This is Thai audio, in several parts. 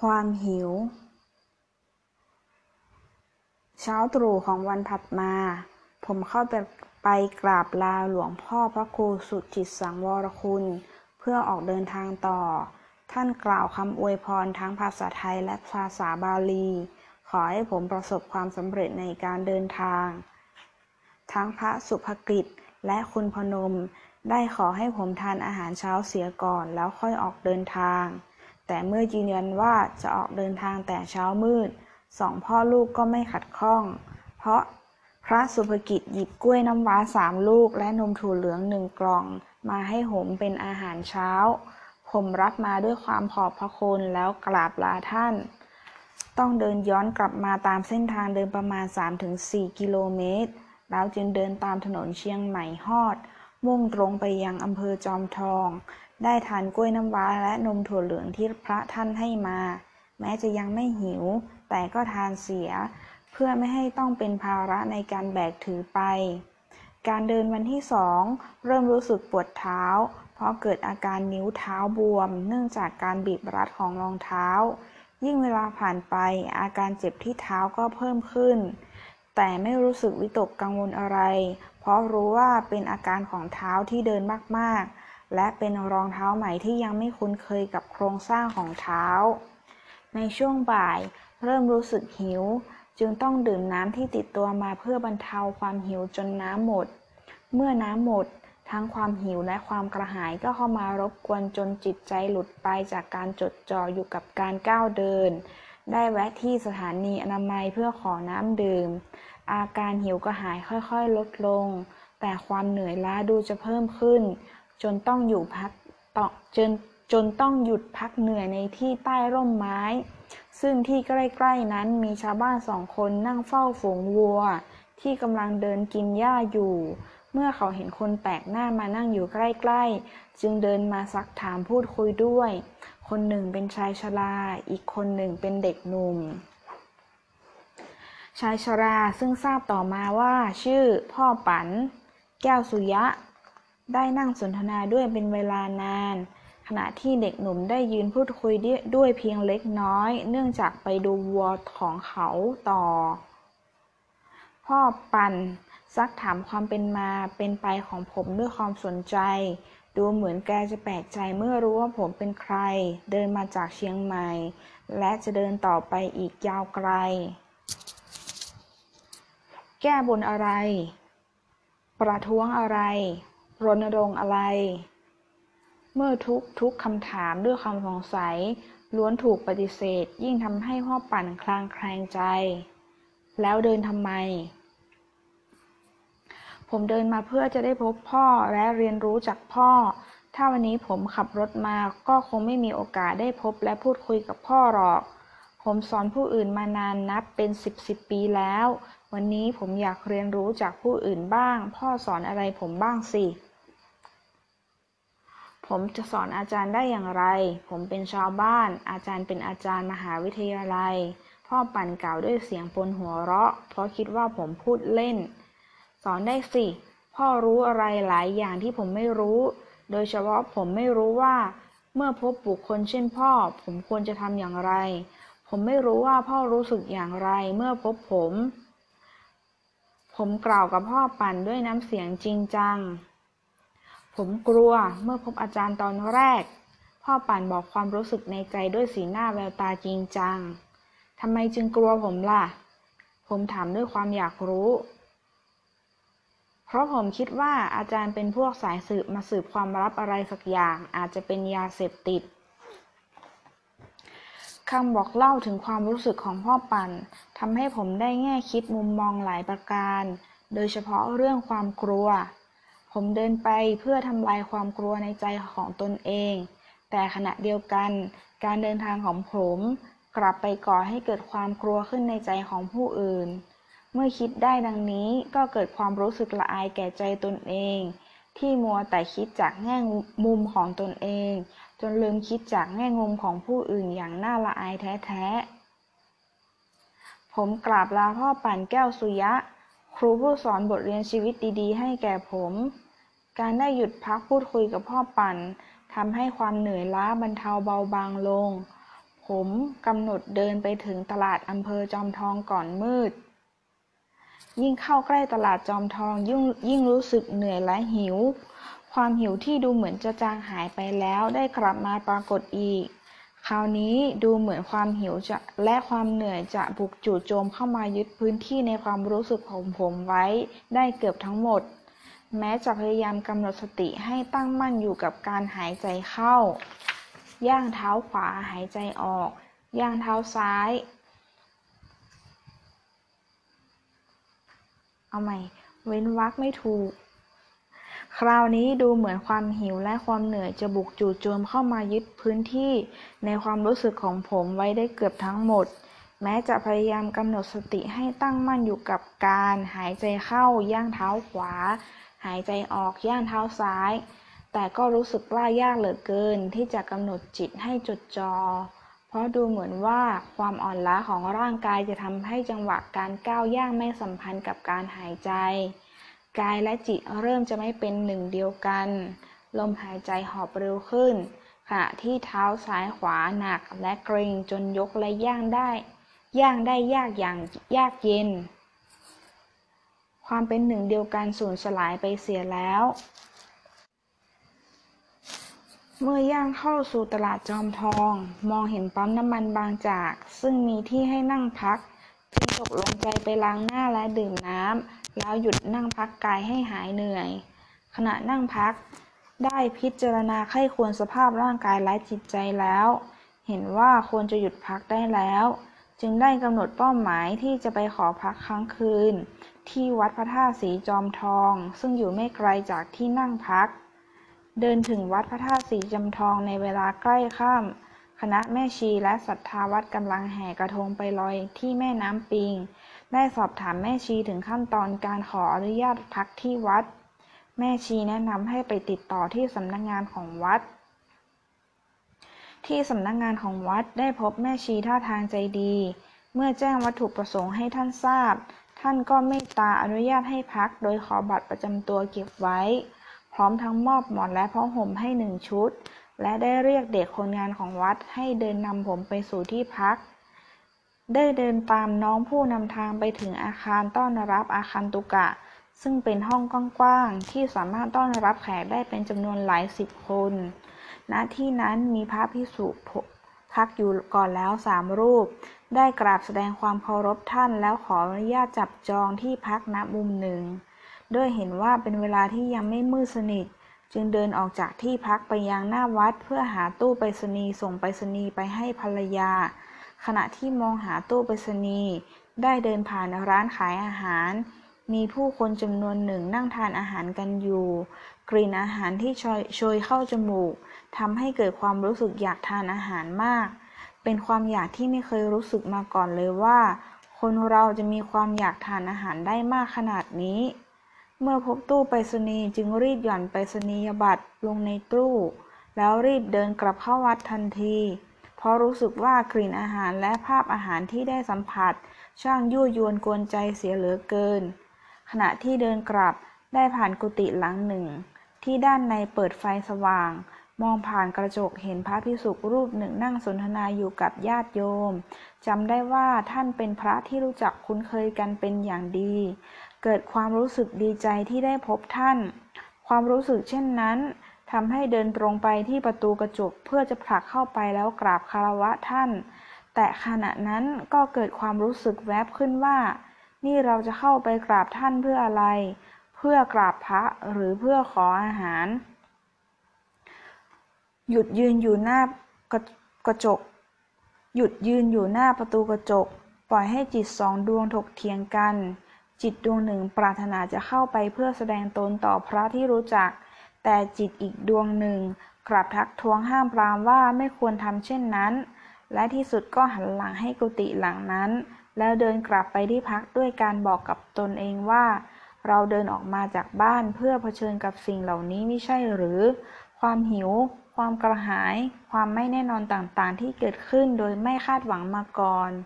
ความหิวเช้าตรู่ของวันถัดมาผมเข้าไปกราบลาหลวงพ่อพระครูสุจิตสังวรคุณเพื่อออกเดินทางต่อท่านกล่าวคำอวยพรทั้งภาษาไทยและภาษาบาลีขอให้ผมประสบความสำเร็จในการเดินทางทั้งพระสุภกิจและคุณพนมได้ขอให้ผมทานอาหารเช้าเสียก่อนแล้วค่อยออกเดินทางแต่เมื่อยืนยันว่าจะออกเดินทางแต่เช้ามืดสองพ่อลูกก็ไม่ขัดข้องเพราะพระสุภกิจหยิบกล้วยน้ำว้า3 ลูกและนมถั่วเหลือง1 กล่องมาให้ผมเป็นอาหารเช้าผมรับมาด้วยความขอบพระคุณแล้วกราบลาท่านต้องเดินย้อนกลับมาตามเส้นทางเดิมประมาณ 3-4 กิโลเมตรแล้วจึงเดินตามถนนเชียงใหม่ฮอดมุ่งตรงไปยังอำเภอจอมทองได้ทานกล้วยน้ำว้าและนมถั่วเหลืองที่พระท่านให้มาแม้จะยังไม่หิวแต่ก็ทานเสียเพื่อไม่ให้ต้องเป็นภาระในการแบกถือไปการเดินวันที่2เริ่มรู้สึกปวดเท้าเพราะเกิดอาการนิ้วเท้าบวมเนื่องจากการบีบรัดของรองเท้ายิ่งเวลาผ่านไปอาการเจ็บที่เท้าก็เพิ่มขึ้นแต่ไม่รู้สึกวิตกกังวลอะไรเพราะรู้ว่าเป็นอาการของเท้าที่เดินมากๆและเป็นรองเท้าใหม่ที่ยังไม่คุ้นเคยกับโครงสร้างของเท้าในช่วงบ่ายเริ่มรู้สึกหิวจึงต้องดื่มน้ำที่ติดตัวมาเพื่อบรรเทาความหิวจนน้ำหมดเมื่อน้ำหมดทั้งความหิวและความกระหายก็เข้ามารบกวนจนจิตใจหลุดไปจากการจดจ่ออยู่กับการก้าวเดินได้แวะที่สถานีอนามัยเพื่อขอน้ำดื่มอาการหิวกระหายค่อยๆลดลงแต่ความเหนื่อยล้าดูจะเพิ่มขึ้นจนต้องหยุดพักเหนื่อยในที่ใต้ร่มไม้ซึ่งที่ใกล้ๆนั้นมีชาวบ้าน2 คนนั่งเฝ้าฝูงวัวที่กำลังเดินกินหญ้าอยู่เมื่อเขาเห็นคนแปลกหน้ามานั่งอยู่ใกล้ๆจึงเดินมาซักถามพูดคุยด้วยคนหนึ่งเป็นชายชราอีกคนหนึ่งเป็นเด็กหนุ่มชายชราซึ่งทราบต่อมาว่าชื่อพ่อปั๋นแก้วสุยะได้นั่งสนทนาด้วยเป็นเวลานานขณะที่เด็กหนุ่มได้ยืนพูดคุยด้วยเพียงเล็กน้อยเนื่องจากไปดูวัวของเขาต่อพ่อปันซักถามความเป็นมาเป็นไปของผมด้วยความสนใจดูเหมือนแกจะแปลกใจเมื่อรู้ว่าผมเป็นใครเดินมาจากเชียงใหม่และจะเดินต่อไปอีกยาวไกลแก้บนอะไรประท้วงอะไรรณรงค์อะไรเมื่อทุกคำถามด้วยความสงสัยล้วนถูกปฏิเสธยิ่งทำให้พ่อปั่นคลางแคลงใจแล้วเดินทำไมผมเดินมาเพื่อจะได้พบพ่อและเรียนรู้จากพ่อถ้าวันนี้ผมขับรถมาก็คงไม่มีโอกาสได้พบและพูดคุยกับพ่อหรอกผมสอนผู้อื่นมานานนับเป็น10 ปีแล้ววันนี้ผมอยากเรียนรู้จากผู้อื่นบ้างพ่อสอนอะไรผมบ้างสิผมจะสอนอาจารย์ได้อย่างไรผมเป็นชาวบ้านอาจารย์เป็นอาจารย์มหาวิทยาลัยพ่อปั่นกล่าวด้วยเสียงปนหัวเราะเพราะคิดว่าผมพูดเล่นสอนได้สิพ่อรู้อะไรหลายอย่างที่ผมไม่รู้โดยเฉพาะผมไม่รู้ว่าเมื่อพบบุคคลเช่นพ่อผมควรจะทำอย่างไรผมไม่รู้ว่าพ่อรู้สึกอย่างไรเมื่อพบผมกล่าวกับพ่อปั่นด้วยน้ำเสียงจริงจังผมกลัวเมื่อพบอาจารย์ตอนแรกพ่อปั่นบอกความรู้สึกในใจด้วยสีหน้าแววตาจริงจังทำไมจึงกลัวผมล่ะผมถามด้วยความอยากรู้เพราะผมคิดว่าอาจารย์เป็นพวกสายสืบมาสืบความลับอะไรสักอย่างอาจจะเป็นยาเสพติดคำบอกเล่าถึงความรู้สึกของพ่อปั่นทำให้ผมได้แง่คิดมุมมองหลายประการโดยเฉพาะเรื่องความกลัวผมเดินไปเพื่อทำลายความกลัวในใจของตนเองแต่ขณะเดียวกันการเดินทางของผมกลับไปก่อให้เกิดความกลัวขึ้นในใจของผู้อื่นเมื่อคิดได้ดังนี้ก็เกิดความรู้สึกละอายแก่ใจตนเองที่มัวแต่คิดจากแง่มุมของตนเองจนลืมคิดจากแง่มุมของผู้อื่นอย่างน่าละอายแท้ๆผมกราบลาพ่อปั่นแก้วสุยะครูผู้สอนบทเรียนชีวิตดีๆให้แก่ผมการได้หยุดพักพูดคุยกับพ่อปั่นทำให้ความเหนื่อยล้าบรรเทาเบาบางลงผผมกำหนดเดินไปถึงตลาดอำเภอจอมทองก่อนมืดยิ่งเข้าใกล้ตลาดจอมทองยิ่งรู้สึกเหนื่อยและหิวความหิวที่ดูเหมือนจะจางหายไปแล้วได้กลับมาปรากฏอีกคราวนี้ดูเหมือนความหิวและความเหนื่อยจะบุกจู่โจมเข้ามายึดพื้นที่ในความรู้สึกของผมไว้ได้เกือบทั้งหมดแม้จะพยายามกำหนดสติให้ตั้งมั่นอยู่กับการหายใจเข้าย่างเท้าขวาหายใจออกย่างเท้าซ้ายเอาใหม่เว้นวรรคไม่ถูกคราวนี้ดูเหมือนความหิวและความเหนื่อยจะบุกจู่โจมเข้ามายึดพื้นที่ในความรู้สึกของผมไว้ได้เกือบทั้งหมดแม้จะพยายามกำหนดสติให้ตั้งมั่นอยู่กับการหายใจเข้าย่างเท้าขวาหายใจออกย่างเท้าซ้ายแต่ก็รู้สึกว่ายากเหลือเกินที่จะกำหนดจิตให้จดจ่อเพราะดูเหมือนว่าความอ่อนล้าของร่างกายจะทำให้จังหวะการก้าวย่างไม่สัมพันธ์กับการหายใจกายและจิตเริ่มจะไม่เป็นหนึ่งเดียวกันลมหายใจหอบเร็วขึ้นขณะที่เท้าซ้ายขวาหนักและเกร็งจนยกและย่างได้ยากอย่างยากเย็นความเป็นหนึ่งเดียวกันสูญสลายไปเสียแล้วเมื่อย่างเข้าสู่ตลาดจอมทองมองเห็นปั๊มน้ำมันบางจากซึ่งมีที่ให้นั่งพักจึงตกลงใจไปล้างหน้าและดื่มน้ำแล้วหยุดนั่งพักกายให้หายเหนื่อยขณะนั่งพักได้พิจารณาไข้ควรสภาพร่างกายและจิตใจแล้วเห็นว่าควรจะหยุดพักได้แล้วจึงได้กำหนดเป้าหมายที่จะไปขอพักค้างคืนที่วัดพระธาตุศรีจอมทองซึ่งอยู่ไม่ไกลจากที่นั่งพักเดินถึงวัดพระธาตุศรีจอมทองในเวลาใกล้ค่ำคณะแม่ชีและศรัทธาวัดกำลังแห่กระทงไปลอยที่แม่น้ำปิงได้สอบถามแม่ชีถึงขั้นตอนการขออนุญาตพักที่วัดแม่ชีแนะนำให้ไปติดต่อที่สำนักงานของวัดที่สำนักงานของวัดได้พบแม่ชีท่าทางใจดีเมื่อแจ้งวัตถุประสงค์ให้ท่านทราบท่านก็เมตตาอนุญาตให้พักโดยขอบัตรประจำตัวเก็บไว้พร้อมทั้งมอบหมอนและผ้าห่มให้1 ชุดและได้เรียกเด็กคนงานของวัดให้เดินนำผมไปสู่ที่พักได้เดินตามน้องผู้นำทางไปถึงอาคารต้อนรับอาคันตุกะซึ่งเป็นห้องกว้างๆที่สามารถต้อนรับแขกได้เป็นจำนวนหลายสิบคนณที่นั้นมีพระภิกษุพักอยู่ก่อนแล้ว3 รูปได้กราบแสดงความเคารพท่านแล้วขออนุญาตจับจองที่พักณมุมหนึ่งด้วยเห็นว่าเป็นเวลาที่ยังไม่มืดสนิทจึงเดินออกจากที่พักไปยังหน้าวัดเพื่อหาตู้ไปรษณีย์ส่งไปรษณีย์ไปให้ภรรยาขณะที่มองหาตู้ไปรษณีย์ได้เดินผ่านร้านขายอาหารมีผู้คนจำนวนหนึ่งนั่งทานอาหารกันอยู่กลิ่นอาหารที่โชยเข้าจมูกทำให้เกิดความรู้สึกอยากทานอาหารมากเป็นความอยากที่ไม่เคยรู้สึกมาก่อนเลยว่าคนเราจะมีความอยากทานอาหารได้มากขนาดนี้เมื่อพบตู้ไปรษณีย์จึงรีบหย่อนไปรษณียบัตรลงในตู้แล้วรีบเดินกลับเข้าวัดทันทีเพราะรู้สึกว่ากลิ่นอาหารและภาพอาหารที่ได้สัมผัสช่างยั่วยวนกวนใจเสียเหลือเกินขณะที่เดินกลับได้ผ่านกุฏิหลังหนึ่งที่ด้านในเปิดไฟสว่างมองผ่านกระจกเห็นพระภิกษุรูปหนึ่งนั่งสนทนาอยู่กับญาติโยมจำได้ว่าท่านเป็นพระที่รู้จักคุ้นเคยกันเป็นอย่างดีเกิดความรู้สึกดีใจที่ได้พบท่านความรู้สึกเช่นนั้นทำให้เดินตรงไปที่ประตูกระจกเพื่อจะผลักเข้าไปแล้วกราบคารวะท่านแต่ขณะนั้นก็เกิดความรู้สึกแวบขึ้นว่านี่เราจะเข้าไปกราบท่านเพื่ออะไรเพื่อกราบพระหรือเพื่อขออาหารหยุดยืนอยู่หน้ากระจกหยุดยืนอยู่หน้าประตูกระจกปล่อยให้จิต2 ดวงถกเถียงกันจิตดวงหนึ่งปรารถนาจะเข้าไปเพื่อแสดงตนต่อพระที่รู้จักแต่จิตอีกดวงหนึ่งกลับทักท้วงห้ามปรามว่าไม่ควรทำเช่นนั้นและที่สุดก็หันหลังให้กุฏิหลังนั้นแล้วเดินกลับไปที่พักด้วยการบอกกับตนเองว่าเราเดินออกมาจากบ้านเพื่อเผชิญกับสิ่งเหล่านี้ไม่ใช่หรือความหิวความกระหายความไม่แน่นอนต่างๆที่เกิดขึ้นโดยไม่คาดหวังมาก่อน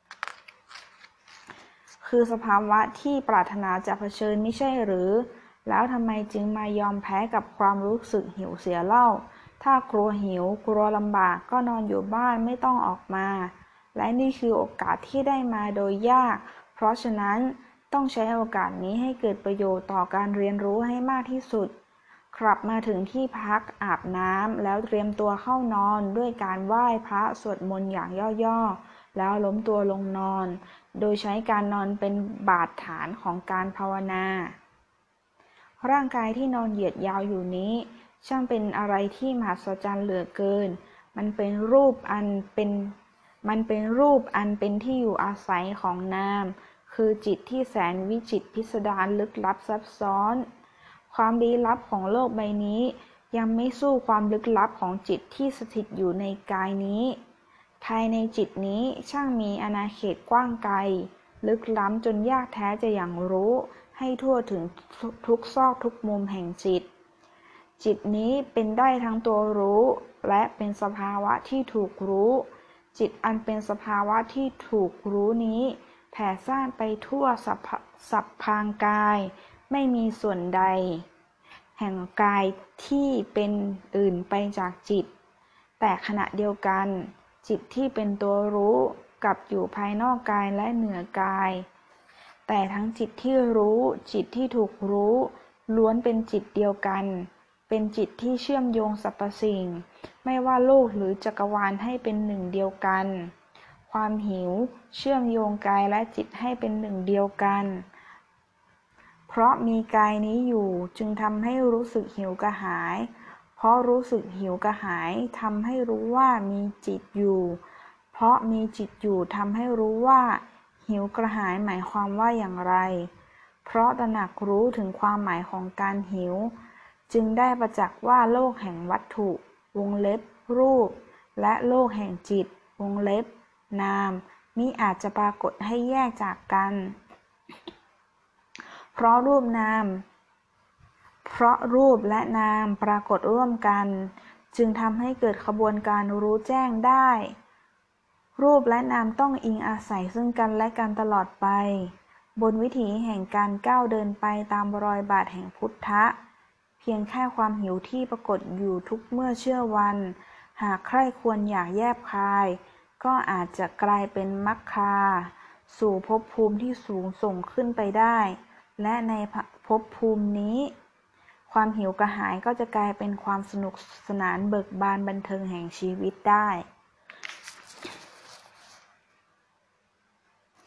คือสภาวะที่ปรารถนาจะเผชิญไม่ใช่หรือแล้วทำไมจึงมายอมแพ้กับความรู้สึกหิวเสียเล่าถ้ากลัวหิวกลัวลำบากก็นอนอยู่บ้านไม่ต้องออกมาและนี่คือโอกาสที่ได้มาโดยยากเพราะฉะนั้นต้องใช้โอกาสนี้ให้เกิดประโยชน์ต่อการเรียนรู้ให้มากที่สุดกลับมาถึงที่พักอาบน้ำแล้วเตรียมตัวเข้านอนด้วยการไหว้พระสวดมนต์อย่างย่อๆแล้วล้มตัวลงนอนโดยใช้การนอนเป็นบาดฐานของการภาวนาร่างกายที่นอนเหยียดยาวอยู่นี้ช่างเป็นอะไรที่มหัศจรรย์เหลือเกินมันเป็นรูปอันเป็นที่อยู่อาศัยของนามคือจิตที่แสนวิจิตรพิสดารลึกลับซับซ้อนความลี้ลับของโลกใบนี้ยังไม่สู้ความลึกลับของจิตที่สถิตอยู่ในกายนี้ภายในจิตนี้ช่างมีอาณาเขตกว้างไกลลึกล้ำจนยากแท้จะอย่างรู้ให้ทั่วถึงทุกซอกทุกมุมแห่งจิตนี้เป็นได้ทั้งตัวรู้และเป็นสภาวะที่ถูกรู้จิตอันเป็นสภาวะที่ถูกรู้นี้แผ่ซ่านไปทั่วสัพพางกายไม่มีส่วนใดแห่งกายที่เป็นอื่นไปจากจิตแต่ขณะเดียวกันจิตที่เป็นตัวรู้กลับอยู่ภายนอกกายและเหนือกายแต่ทั้งจิตที่รู้จิตที่ถูกรู้ล้วนเป็นจิตเดียวกันเป็นจิตที่เชื่อมโยงสรรพสิ่งไม่ว่าโลกหรือจักรวาลให้เป็นหนึ่งเดียวกันความหิวเชื่อมโยงกายและจิตให้เป็นหนึ่งเดียวกันเพราะมีกายนี้อยู่จึงทำให้รู้สึกหิวกระหายเพราะรู้สึกหิวกระหายทำให้รู้ว่ามีจิตอยู่เพราะมีจิตอยู่ทำให้รู้ว่าหิวกระหายหมายความว่าอย่างไรเพราะตระหนักรู้ถึงความหมายของการหิวจึงได้ประจักษ์ว่าโลกแห่งวัตถุวงเล็บรูปและโลกแห่งจิตวงเล็บนามมิอาจจะปรากฏให้แยกจากกันเพราะรูปและนามปรากฏร่วมกันจึงทำให้เกิดขบวนการรู้แจ้งได้รูปและนามต้องอิงอาศัยซึ่งกันและกันตลอดไปบนวิถีแห่งการก้าวเดินไปตามรอยบาทแห่งพุทธะเพียงแค่ความหิวที่ปรากฏอยู่ทุกเมื่อเชื่อวันหากใคร่ควรอยากแยบคายก็อาจจะกลายเป็นมรรคาสู่ภพภูมิที่สูงส่งขึ้นไปได้และในภพภูมินี้ความหิวกระหายก็จะกลายเป็นความสนุกสนานเบิกบานบันเทิงแห่งชีวิตได้